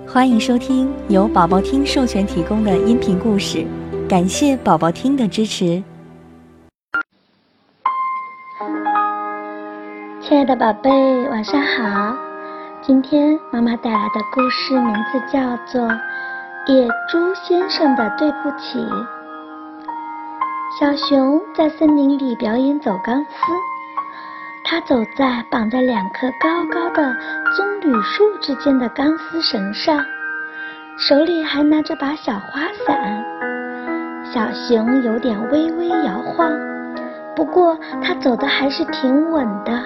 欢迎收听由宝宝听授权提供的音频故事，感谢宝宝听的支持。 亲爱的宝贝，晚上好。今天妈妈带来的故事名字叫做《野猪先生的对不起》。小熊在森林里表演走钢丝，他走在绑在两棵高高的棕榈树之间的钢丝绳上，手里还拿着把小花伞。小熊有点微微摇晃，不过他走得还是挺稳的。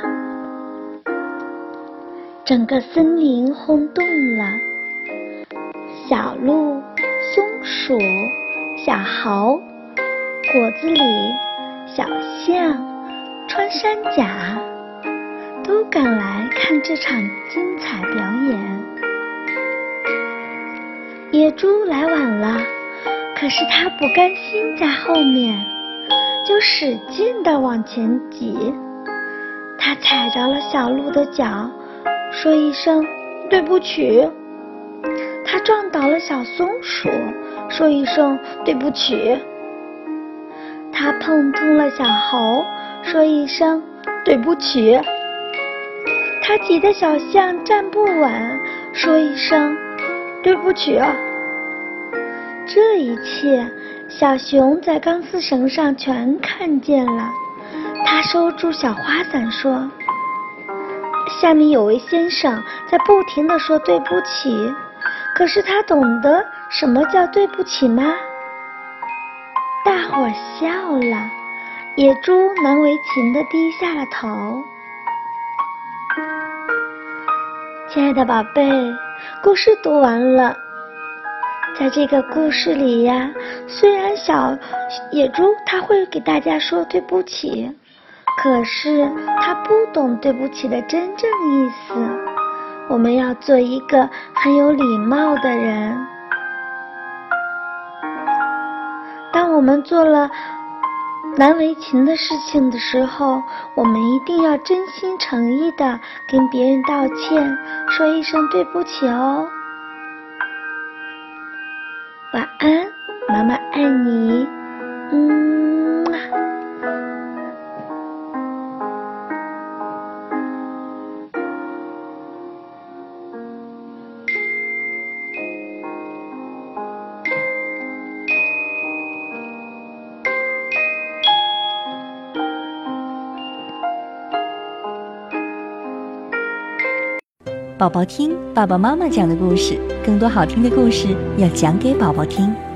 整个森林轰动了，小鹿、松鼠、小猴、果子狸、小象、穿山甲都赶来看这场精彩表演。野猪来晚了，可是他不甘心在后面，就使劲地往前挤。他踩着了小鹿的脚，说一声对不起。他撞倒了小松鼠，说一声对不起。他碰痛了小猴，说一声对不起。他挤得小象站不稳，说一声对不起。这一切小熊在钢丝绳上全看见了。他收住小花伞说，下面有位先生在不停地说对不起，可是他懂得什么叫对不起吗？大伙笑了，野猪难为情地低下了头。亲爱的宝贝，故事读完了。在这个故事里呀，虽然小野猪他会给大家说对不起，可是他不懂对不起的真正意思。我们要做一个很有礼貌的人。当我们做了难为情的事情的时候，我们一定要真心诚意的跟别人道歉，说一声对不起哦。晚安，妈妈爱你。 宝宝听爸爸妈妈讲的故事，更多好听的故事要讲给宝宝听。